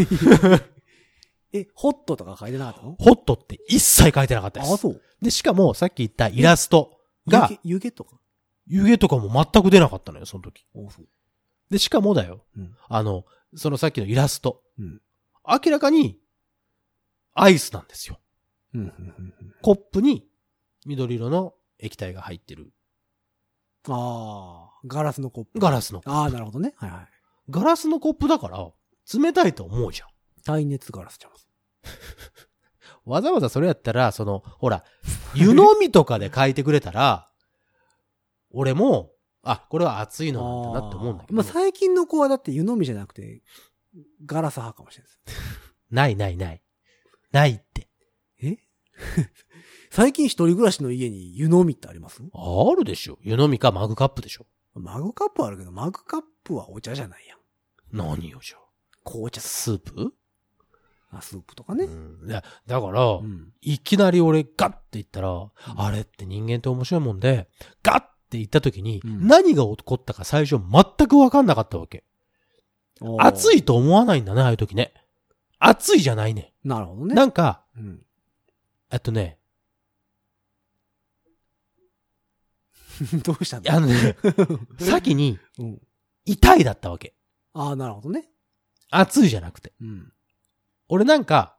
え、ホットとか書いてなかったの？ ホットって一切書いてなかったです。あ、そう。で、しかもさっき言ったイラストが、 湯気とか湯気とかも全く出なかったのよ、その時。あ、そう。で、しかもだよ、うん、あの、そのさっきのイラスト。うん、明らかに、アイスなんですよ。うんうんうんうん、コップに緑色の液体が入ってる。 ああ、ガラスのコップ。 ガラスのコップ。 ああ、なるほどね。はいはい。 ガラスのコップだから、冷たいと思うじゃん。 耐熱ガラスちゃん。 わざわざそれやったら、その、ほら、 湯飲みとかで書いてくれたら、俺も、あ、これは熱いのなんだなって思うんだけど。 まあ、最近の子はだって湯飲みじゃなくて、ガラス派かもしれないです。 ないないない。ないって。 え最近一人暮らしの家に湯飲みってあります？ あるでしょ。湯飲みかマグカップでしょ。 マグカップあるけど、マグカップはお茶じゃないやん。 何よじゃあ。 紅茶。 スープ？ あ、スープとかね。 うん、だだから、 うん、 いきなり俺ガッて言ったら、うん、あれって人間って面白いもんで、ガッて言った時に、うん、何が起こったか最初全く分かんなかったわけ。熱いと思わないんだね、ああいう時ね。熱いじゃないね。 なるほどね。 なんか、 うん、 えっとね、 どうしたんだあのね、先に、痛いだったわけ。 ああ、なるほどね。 熱いじゃなくて。 うん、 俺なんか、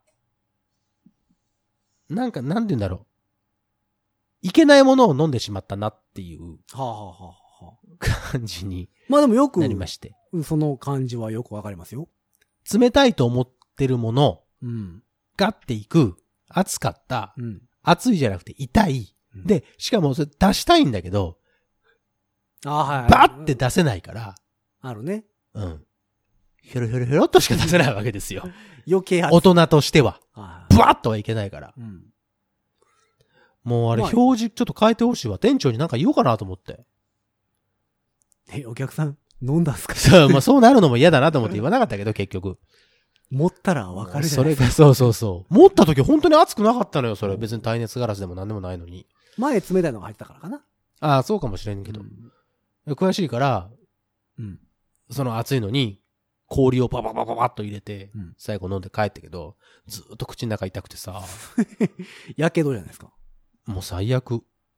なんか、なんて言うんだろう。いけないものを飲んでしまったなっていう、 はあはあはあ、感じにまあでもよく、 なりまして。 その感じはよくわかりますよ。 冷たいと思ってるもの、 うん、 ガッていく、熱かった、 うん、 熱いじゃなくて痛い、うん。で、しかもそれ出したいんだけど、 あはい、はい。 バッて出せないから。 あるね。 うん。ひょろひょろひょろっとしか出せないわけですよ。 余計大人としては。ブワッとはいけないから。 うん、 もうあれ表示ちょっと変えてほしいわ。店長になんか言おうかなと思って。 え、お客さん飲んだんすか？ そう、まあそうなるのも嫌だなと思って言わなかったけど、結局。 持ったらわかるじゃないですか。 それが、そうそうそう。持った時本当に熱くなかったのよ、それ。別に耐熱ガラスでも何でもないのに。 前冷たいのが入ってたからかな。 ああ、そうかもしれんけど。うん、詳しいから、 うん、 その熱いのに、氷をパパパパパッと入れて、 うん、 最後飲んで帰ったけど、ずーっと口の中痛くてさ。 やけどじゃないですか。 もう最悪。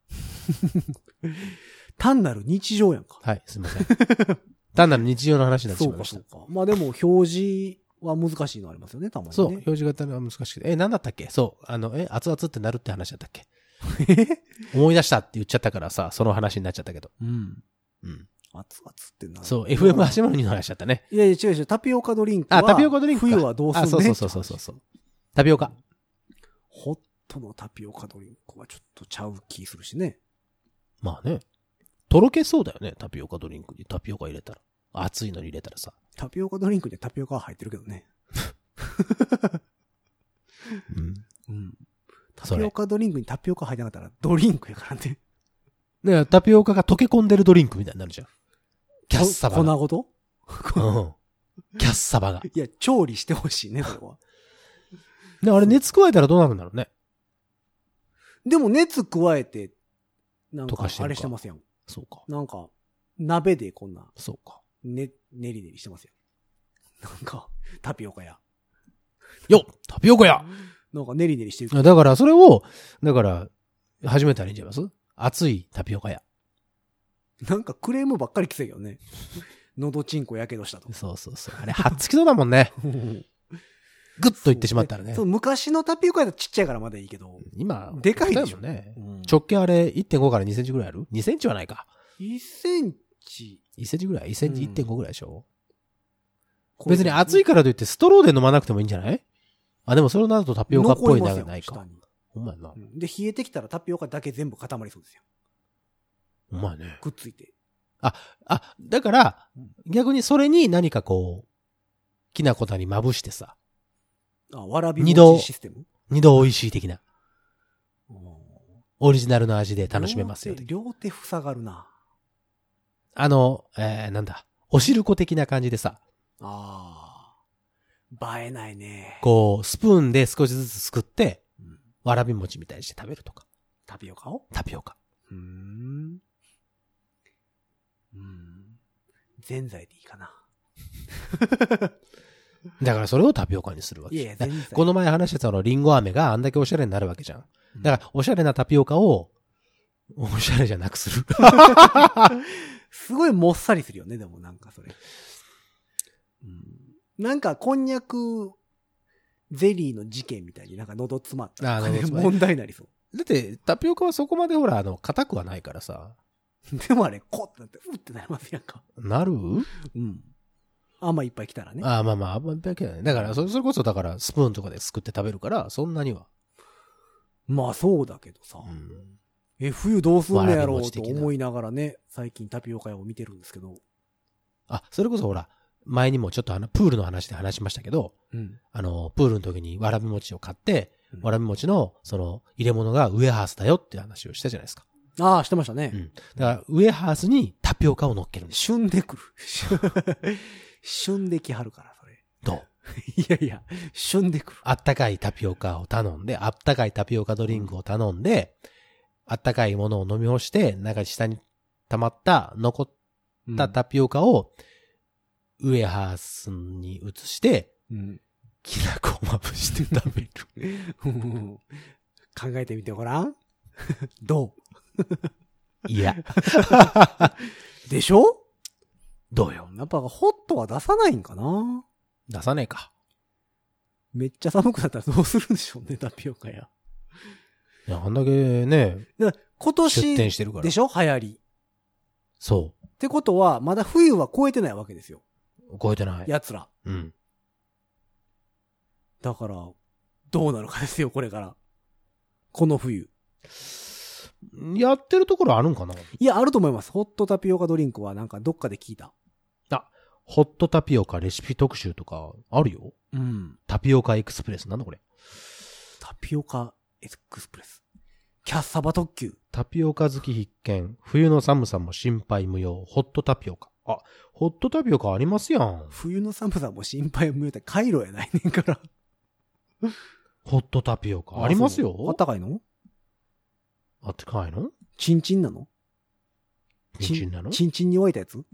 単なる日常やんか。 はい、すみません。単なる日常の話になってしまいました。 そうか、そうか。まあでも表示は難しいのありますよね、たまにね。 そう、表示型は難しくて。え、なんだったっけ？そう、あの、え、熱々ってなるって話だったっけ？思い出したって言っちゃったからさ、その話になっちゃったけど。 うん。 うん。 熱々ってなる。 そう、エフエム 始まるにの話だったね。 いやいや違う違う、タピオカドリンクは。 あ、タピオカドリンク。 冬はどうするの？ あ、そうそうそうそうそう。タピオカ。 ホットのタピオカドリンクはちょっとちゃう気するしね。 まあね。とろけそうだよね、タピオカドリンクにタピオカ入れたら。熱いのに入れたらさ。 タピオカドリンクにタピオカは入ってるけどね。 うん。 うん。タピオカドリンクにタピオカ入ってなかったらドリンクやからね。 だからタピオカが溶け込んでるドリンクみたいになるじゃん。キャッサバが。 粉ごと？ うん。キャッサバが。 いや、調理してほしいね、それは。 で、あれ熱加えたらどうなるんだろうね。 でも熱加えて、なんか、あれしてますやん。 そうか。 なんか、鍋でこんな。 そうか。 ね、練り練りしてますよ。なんか、タピオカや。 よっタピオカやなんか練り練りしてる。 だから、それを、だから、始めたらいいんじゃないます？熱いタピオカや。 なんかクレームばっかり来てるよね。喉チンコやけどしたと。 そうそうそう。あれ、はっつきそうだもんね。ぐっといってしまったらね。 そう、昔のタピオカだとちっちゃいからまだいいけど。 今、 でかいでしょね、うん。直径あれ いってんご からにセンチぐらいある ?に センチはないか。 いっセンチ。 いっセンチぐらい ?いっ センチ いってんご ぐらいでしょ、うん、別に熱いからといってストローで飲まなくてもいいんじゃない？あ、でもそれなるとタピオカっぽいながないか。ほんまやな、うん。 で、冷えてきたらタピオカだけ全部固まりそうですよ。 ほんまやね。 くっついて。 あ、あ、だから、逆にそれに何かこう、きな粉にまぶしてさ。 あ、わらび餅システム？ 二度美味しい的な。オリジナルの味で楽しめますよ。 両手塞がるな。 あの、えー、なんだ、お汁粉的な感じでさ。 ああ。映えないね。 こう、スプーンで少しずつすくって、うん、わらび餅みたいにして食べるとか。 タピオカを？ タピオカ。 うーん。うん。ぜんざいでいいかな。 だからそれをタピオカにするわけ。 いやいや、 この前話してたのリンゴ飴があんだけおしゃれになるわけじゃん。だからおしゃれなタピオカをおしゃれじゃなくする。 すごいもっさりするよね、でもなんかそれ。うん、なんかこんにゃくゼリーの事件みたいになんか喉詰まった。あ、喉詰まった。問題になりそう。 だってタピオカはそこまでほらあの硬くはないからさ。 でもあれコッってなってうってなりますやんか。 なる？うん。 あんまいっぱい来たらね。 ああ、まあまあ、あんまいっぱい来たらね。だから、それこそだから、スプーンとかですくって食べるから、そんなには。 まあそうだけどさ。うん、え、冬どうすんのやろうと思いながらね、最近タピオカ屋を見てるんですけど。 あ、それこそほら、前にもちょっとあの、プールの話で話しましたけど、うん、あの、プールの時にわらび餅を買って、うん、わらび餅の、その、入れ物がウエハースだよって話をしたじゃないですか。 ああ、してましたね。うん。 だから、ウエハースにタピオカを乗っけるんです。 旬でくる。旬できはるから、それ。 どういやいや、旬でくる。 あったかいタピオカを頼んで、あったかいタピオカドリンクを頼んで、あったかいものを飲み干して、なんか下に溜まった、残ったタピオカを、ウエハースに移して、うん、きな粉をまぶして食べる。 考えてみてごらん。どういや。 でしょどうよ。 やっぱホットは出さないんかな。 出さねえか。 めっちゃ寒くなったらどうするんでしょうね、タピオカや。 いや、あんだけね。 今年出店してるから。 でしょ流行り。 そう。 ってことは、まだ冬は超えてないわけですよ。 超えてない。 奴ら。 うん。 だから、どうなるかですよ、これから。この冬。 やってるところあるんかな？ いや、あると思います。ホットタピオカドリンクはなんかどっかで聞いた。 あ、ホットタピオカレシピ特集とかあるよ。 うん。 タピオカエクスプレスなんだこれ。 タピオカエクスプレス。キャッサバ特急。 タピオカ好き必見。冬の寒さも心配無用。ホットタピオカ。あ、ホットタピオカありますやん。 冬の寒さも心配無用ってカイロやないねんから。 ホットタピオカありますよ。 あったかいの？ あったかいの？ チンチンなの？ チンチンなの？ チンチンに沸いたやつ？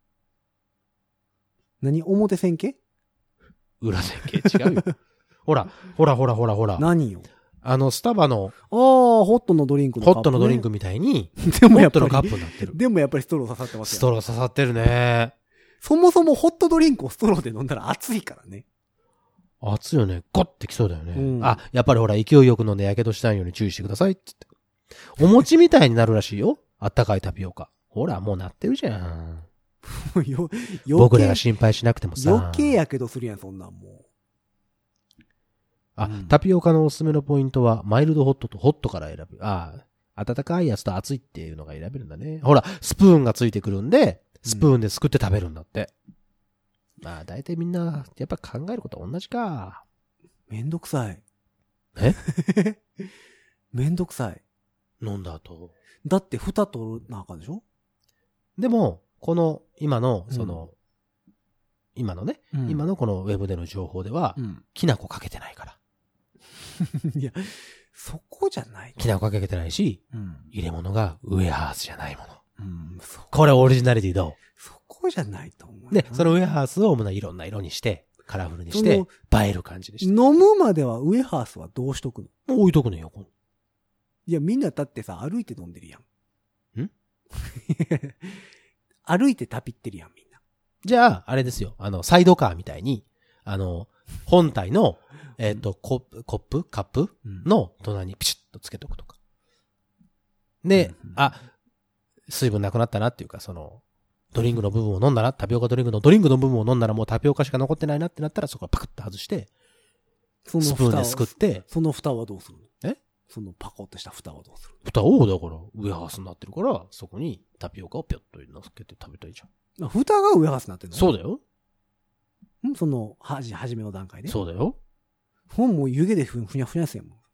何？表線形？ 裏線形違うよ。ほら、ほらほらほらほら。 何よ？ あの、スタバの。 ああ、ホットのドリンクのカップ、ね。 ホットのドリンクみたいに。 でもやっぱり。 ホットのカップになってる。 でもやっぱりストロー刺さってますよ。 ストロー刺さってるね。 そもそもホットドリンクをストローで飲んだら熱いからね。 熱いよね。ゴッてきそうだよね。うん、あ、やっぱりほら、勢いよく飲んで火傷しないように注意してくださいって言って。お餅みたいになるらしいよ。あったかいタピオカ。ほら、もうなってるじゃん。よ僕らが心配しなくてもさ。 余計やけどするやん、そんなんもう。 あ、うん、タピオカのおすすめのポイントは、マイルドホットとホットから選ぶ。ああ、温かいやつと熱いっていうのが選べるんだね。ほら、スプーンがついてくるんで、スプーンですくって食べるんだって。うん、まあ、大体みんな、やっぱ考えることは同じか。 めんどくさい。 えめんどくさい。 飲んだ後。 だって、蓋取るなあかんでしょ？ でも、この、今の、その、うん、今のね、うん、今のこのウェブでの情報では、うん、きな粉かけてないから。 いや、そこじゃない。 きな粉かけてないし、うん、入れ物がウエハースじゃないもの。うん、これオリジナリティどう？ そこじゃないと思う。 で、そのウエハースを主ないろんな色にして、カラフルにして、映える感じにして。 飲むまではウエハースはどうしとくの？ 置いとくのよ。 いや、みんなだってさ、歩いて飲んでるやん。 ん歩いてタピってるやん、みんな。 じゃあ、あれですよ。あの、サイドカーみたいに、あの、本体の、えっと、コップ、コップカップの隣にピシッとつけとくとか。で、うん、あ、水分なくなったなっていうか、その、ドリンクの部分を飲んだら、タピオカドリンクのドリンクの部分を飲んだらもうタピオカしか残ってないなってなったら、そこはパクッと外して、そのスプーンですくって、 その蓋はどうするの？ えそのパコッとした蓋はどうするの？ 蓋を、だから、ウエハースになってるから、そこにタピオカをピョッと乗っけて食べたらいいじゃん。 蓋がウエハースになってるの？ そうだよ。 んその、はじ、はじめの段階で。 そうだよ。 ほんもう湯気でふふにゃふにゃすやんもん。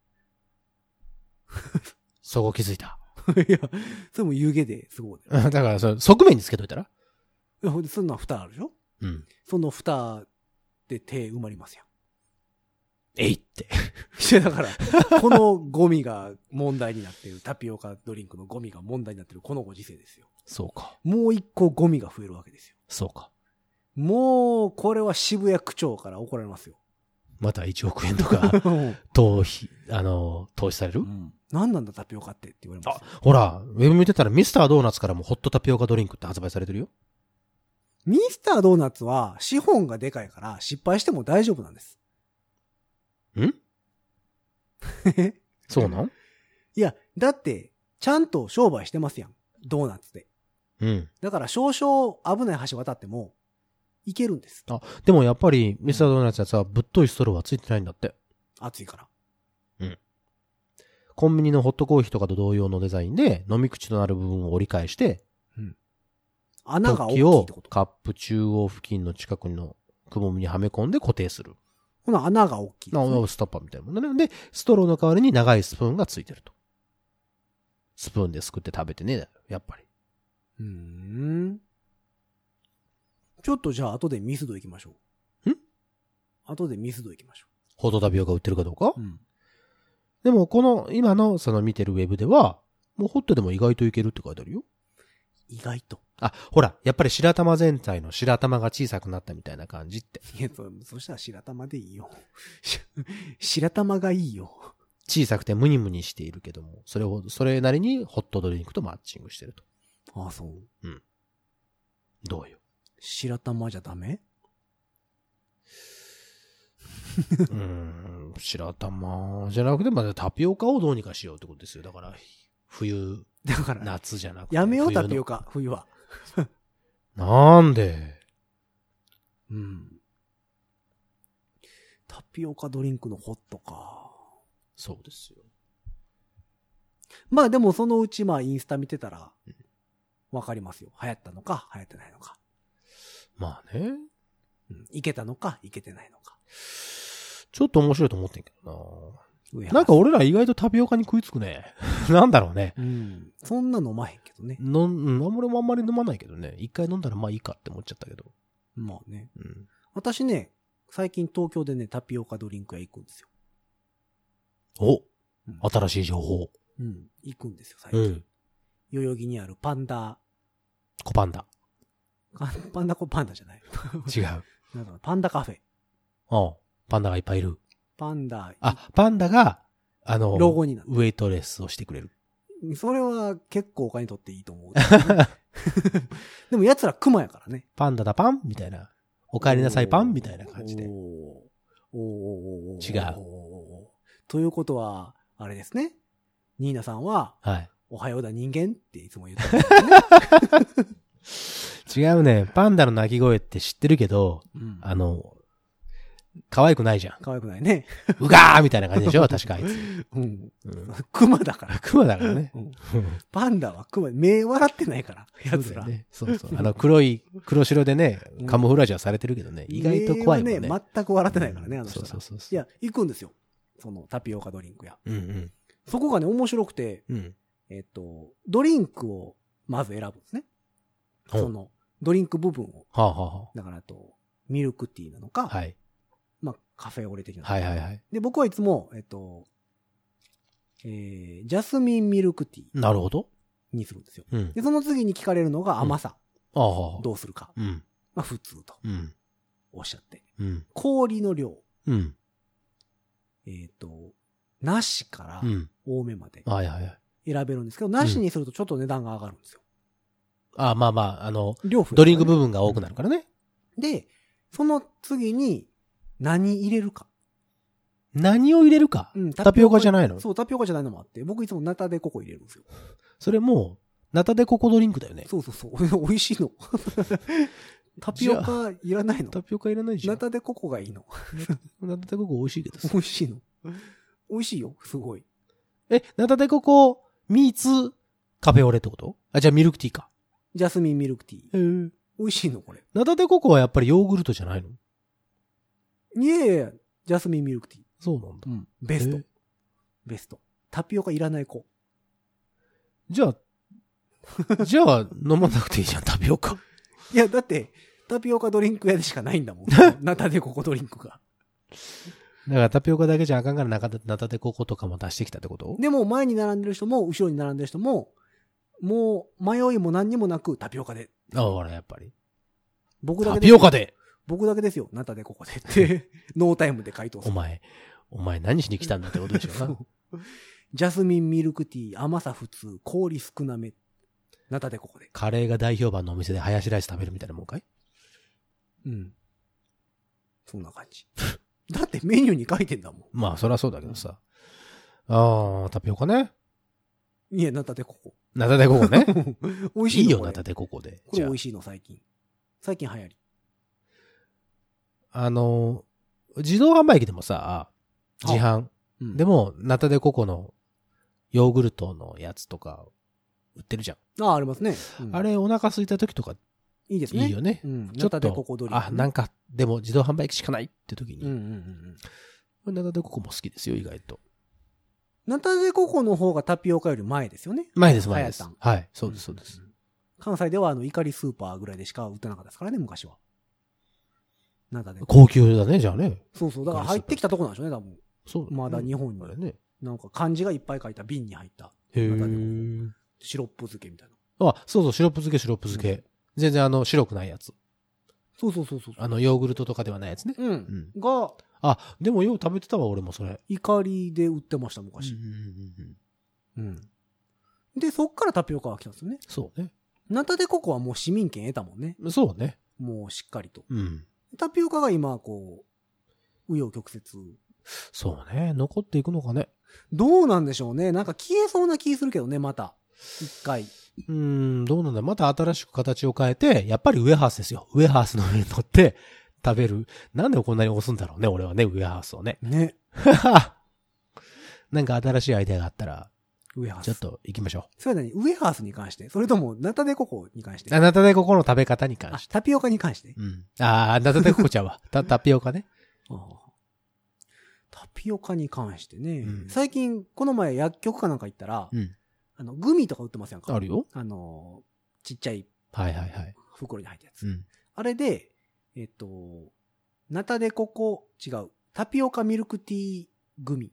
そこ気づいた。 いや、それも湯気ですごい。 だから、それ、側面につけといたら？ いや、ほんで、そんな蓋あるでしょ？ うん。 その蓋で手埋まりますやん。 えいって。 いや、だから、このゴミが問題になっている、タピオカドリンクのゴミが問題になっている、このご時世ですよ。 そうか。 もう一個ゴミが増えるわけですよ。 そうか。 もう、これは渋谷区長から怒られますよ。 またいちおくえんとか、投資、あの、投資される？うん。 何なんだタピオカってって言われます。 あ、ほら、ウェブ見てたらミスタードーナツからもホットタピオカドリンクって発売されてるよ。 ミスタードーナツは資本がでかいから失敗しても大丈夫なんです。 んそうなん？ いや、だって、ちゃんと商売してますやん。ドーナツで。 うん。 だから少々危ない橋渡っても、いけるんです。 あ、でもやっぱり、ミスタードーナツはさ、ぶっといストローはついてないんだって。 熱いから。 うん。 コンビニのホットコーヒーとかと同様のデザインで、飲み口となる部分を折り返して、 うん、穴が大きいってこと？ カップ中央付近の近くのくぼみにはめ込んで固定する。 この穴が大きい、 ね。ストッパーみたいなもんね。で、ストローの代わりに長いスプーンがついてると。スプーンですくって食べてね、やっぱり。 うーん。ちょっとじゃあ後でミスド行きましょう。 ん？ 後でミスド行きましょう。 ホットタピオカ売ってるかどうか？ うん。 でも、この、今の、その見てるウェブでは、もうホットでも意外といけるって書いてあるよ。 意外と。 あ、ほら、やっぱり白玉全体の白玉が小さくなったみたいな感じって。 いや、そ、そしたら白玉でいいよ。白玉がいいよ。 小さくてムニムニしているけども、それを、それなりにホットドリンクとマッチングしてると。 ああ、そう。 うん。どうよ。 白玉じゃダメ？ うーん、白玉じゃなくて、まだタピオカをどうにかしようってことですよ。だから、冬、 だから夏じゃなくて。 やめよう、タピオカ、冬は。 なんで？ うん。タピオカドリンクのホットか。 そうですよ。 まあでもそのうちまあインスタ見てたら、わかりますよ。流行ったのか、流行ってないのか。 まあね。 うん。いけたのか、いけてないのか。 ちょっと面白いと思ってんけどな。なんか俺ら意外とタピオカに食いつくね。なんだろうね。 うん。そんな飲まへんけどね。 のん、俺もあんまり飲まないけどね。一回飲んだらまあいいかって思っちゃったけど。 まあね。 うん。 私ね、最近東京でね、タピオカドリンク屋行くんですよ。 お、 うん、 新しい情報。 うん。行くんですよ、最近。うん。代々木にあるパンダ。 コパンダ。 パンダコパンダじゃない。 違う。 なんかパンダカフェ。 ああ。パンダがいっぱいいる。 パンダ。 あ、パンダが、あの、 ロゴになる。 ウェイトレスをしてくれる。 それは結構お金取っていいと思う。でも奴らクマやからね。 パンダだパンみたいな。お帰りなさいパンみたいな感じで。 おーおー違う。 ということは、あれですね。ニーナさんは、 はい。 おはようだ人間っていつも言ってる、ね。 違うね。パンダの鳴き声って知ってるけど、 うん、 あの、可愛くないじゃん。 可愛くないね。 うがーみたいな感じでしょ確かあいつ。 うん。クマだから。 クマだからね。 うん、パンダはクマ、目笑ってないから、やつら。 ね、そうそう。あの黒い、黒白でね、カモフラージュはされてるけどね、意外と怖いもんね。 目はね、全く笑ってないからね、あの人。 そうそうそうそう。 いや、行くんですよ。そのタピオカドリンク屋。 うんうん。 そこがね、面白くて、 うん、 えっと、ドリンクをまず選ぶんですね。その、ドリンク部分を。 はあはあはあ、 だからあと、ミルクティーなのか、 はい。 まあ、カフェオレ的な。 はいはいはい。 で、僕はいつも、えっと、えー、ジャスミンミルクティー。 なるほど。 にするんですよ。 うん。 で、その次に聞かれるのが甘さ。 うん、ああ、 どうするか。 うん。 まあ、普通と。 うん。 おっしゃって。 うん。 氷の量。 うん。 えっと、なしから多めまで。 はいはいはい。 選べるんですけど、なしにするとちょっと値段が上がるんですよ。 うん、ああ、まあまあ、あの、 量増える、ね、 ドリンク部分が多くなるからね。 で、その次に何入れるか。 何を入れるか、うん、タピオカじゃないの？ そう、タピオカじゃないのもあって、僕いつもナタデココ入れるんですよ。 それもう、ナタデココドリンクだよね。 そうそうそう。美味しいの。タピオカいらないの？ タピオカいらないじゃん。 ナタデココがいいの。 ナタデココ美味しいけどさ。 美味しいの。美味しいよ、すごい。 え、ナタデココ、ミーツ、カフェオレってこと？あ、じゃあミルクティーか。 ジャスミンミルクティー。 へー。 美味しいのこれ。 ナタデココはやっぱりヨーグルトじゃないの？ いやいやいや、ジャスミンミルクティー。 そうなんだ。 うん。ベスト。ベスト。タピオカいらない子。 じゃあ、じゃあ飲まなくていいじゃん、タピオカ。 いや、だって、タピオカドリンク屋でしかないんだもん。ナタデココドリンクが。 だからタピオカだけじゃあかんからナタデココとかも出してきたってこと？ でも前に並んでる人も、後ろに並んでる人も、もう迷いも何にもなくタピオカで。 ああ、ほら、やっぱり。 僕だけタピオカで僕だけですよ、ナタデココでって、ノータイムで回答する。 お前、お前何しに来たんだってことでしょうな。 ジャスミンミルクティー、甘さ普通、氷少なめ。ナタデココで。 カレーが大評判のお店でハヤシライス食べるみたいなもんかい？ うん。そんな感じ。だってメニューに書いてんだもん。 まあ、そりゃそうだけどさ。ああ、タピオカね。 いや、ナタデココ。 ナタデココね。 美味しいの？ いいよ、ナタデココで。 これ美味しいの、最近。最近流行り。 あの、自動販売機でもさ、自販。 うん、 でも、ナタデココのヨーグルトのやつとか、売ってるじゃん。 ああ、ありますね。 うん、あれ、お腹空いた時とか、 いいですね。 いいよね。 うん。 ちょっと、 ナタデココドリンク、 あ、なんか、でも自動販売機しかないって時に。 うんうんうんうん。ナタデココも好きですよ、意外と。 ナタデココの方がタピオカより前ですよね。 前です、前です。はい。そうです、そうです。 関西では、あの、怒りスーパーぐらいでしか売ってなかったですからね、昔は。ナタデココ。 高級だね、じゃあね。 そうそう。だから入ってきたとこなんでしょうね、多分。 そうだね。 まだ日本に。 あれね。 なんか漢字がいっぱい書いた瓶に入った。 へー。 シロップ漬けみたいな。 あ、そうそう、シロップ漬け、シロップ漬け。うん、全然あの、白くないやつ。 そうそうそうそう。 あの、ヨーグルトとかではないやつね。 うん。うん、が、 あ、でもよう食べてたわ、俺もそれ。 怒りで売ってました、昔。うんうんうん。うん。で、そっからタピオカが来たんですよね。 そうね。 ナタデココはもう市民権得たもんね。 そうね。 もうしっかりと。 うん。 タピオカが今、こう、紆余曲折。 そうね。残っていくのかね。 どうなんでしょうね。なんか消えそうな気するけどね、また。一回。 うーん、どうなんだ。また新しく形を変えて、やっぱりウエハースですよ。ウエハースの上に乗って食べる。なんでこんなに押すんだろうね、俺はね、ウエハースをね。 ね。 なんか新しいアイデアがあったら、 ウエハース。 ちょっと行きましょう。 それは何？ウエハースに関してそれとも、ナタデココに関してあナタデココの食べ方に関して。 タピオカに関して。 うん。ああ、ナタデココちゃうわ。タ、タピオカね。ああタピオカに関してね。 うん、 最近、この前薬局かなんか行ったら、うん、あの、グミとか売ってますやんか。 あるよ。 あの、ちっちゃい。 はいはいはい。 袋に入ったやつ。 うん、あれで、えっと、ナタデココ、違う。タピオカミルクティーグミ。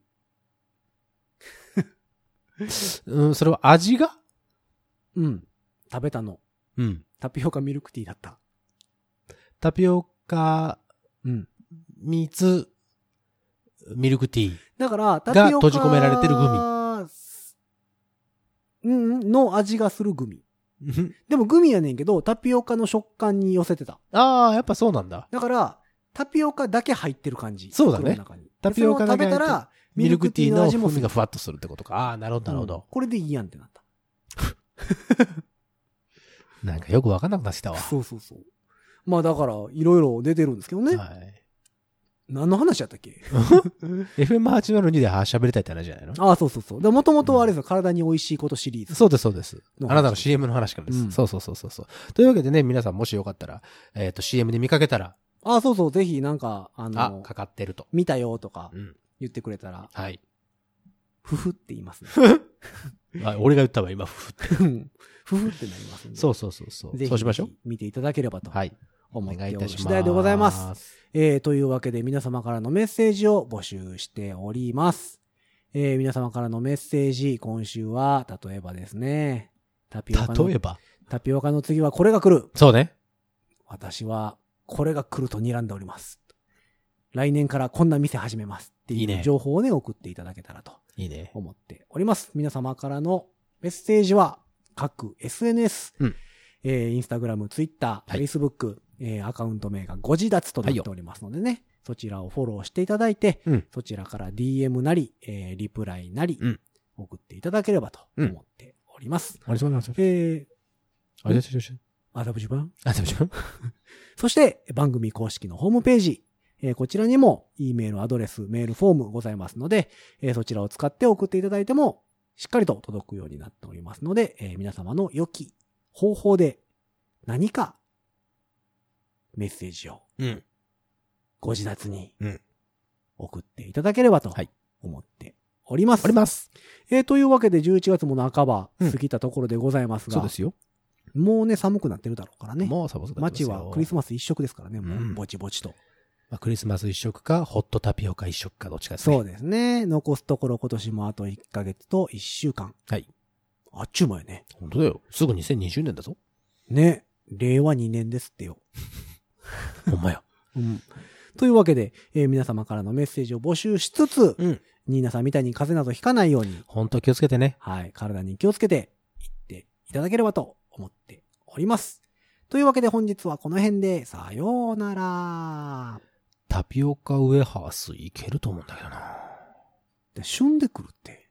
うん、それは味がうん。食べたの。 うん。 タピオカミルクティーだった。 タピオカ、 うん。 水、ミルクティー。 だから、 タピオカが閉じ込められてるグミ。うん、の味がするグミ。でもグミやねんけど、タピオカの食感に寄せてた。 ああ、やっぱそうなんだ。 だから、タピオカだけ入ってる感じ。 そうだね。タピオカだけ食べたら、 ミルクティーの風味がふわっとするってことか。ああ、なるほど、なるほど、うん。 これでいいやんってなった。 なんかよくわかんなくなってきたわ。 そうそうそう。まあだから、いろいろ出てるんですけどね。はい。何の話やったっけエフエムはちまるに で喋りたいって話じゃないの？ ああ、そうそうそう。でもともとはあれですよ、うん、体に美味しいことシリーズ。 そうです、そうです。あなたの シーエム の話からです、うん。そうそうそうそう。というわけでね、皆さんもしよかったら、えっ、ー、と シーエム で見かけたら。 ああ、そうそう、ぜひなんか、あの、 あ、かかってると。 見たよとか、言ってくれたら。 うん、はい。 ふふって言いますね。 あ、俺が言ったわ、今、ふふって。 ふふってなりますんで。 そうそうそうそう。 ぜひ、 そうしましょう。 見ていただければと。 はい。 思っておる次第でございます。えー、というわけで皆様からのメッセージを募集しております。えー、皆様からのメッセージ、今週は、例えばですね、タピオカの、 例えばタピオカの次はこれが来る。 そうね。 私は、これが来ると睨んでおります。来年からこんな店始めますっていう情報をね、送っていただけたらと。 いいね。 思っております。皆様からのメッセージは、各 エスエヌエス、 うん、 えー、インスタグラム、ツイッター、フェイスブック、えー、アカウント名がご自立となっておりますのでね、はい、そちらをフォローしていただいて、うん、そちらから ディーエム なり、えー、リプライなり、うん、送っていただければと思っております。 ありがとうございます。 えー、 ありがとうございます。 あたぶじばんあたぶじばんそして、番組公式のホームページ、えー、こちらにも、E メールアドレス、メールフォームございますので、えー、そちらを使って送っていただいても、しっかりと届くようになっておりますので、えー、皆様の良き方法で何かメッセージをご自立に送っていただければと思っております。 おります。 えー、というわけでじゅういちがつも半ば過ぎたところでございますが、 そうですよ。 もうね、寒くなってるだろうからね。 もう寒くなってますよ。 街はクリスマス一色ですからね、もうぼちぼちと。 まあ、クリスマス一色か、ホットタピオカ一色か、どっちかですね。 そうですね。残すところ今年もあといっかげつといっしゅうかん。 はい。 あっちゅうまいね。 本当だよ。すぐにせんにじゅうねんだぞ。 ね。れいわにねんですってよ。 ほんまや。 うん。というわけで、えー、皆様からのメッセージを募集しつつ、うん。ニーナさんみたいに風邪などひかないように。 本当気をつけてね。 はい。体に気をつけていっていただければと思っております。というわけで本日はこの辺で、さようなら。 タピオカウエハースいけると思うんだけどな。 で、旬でくるって。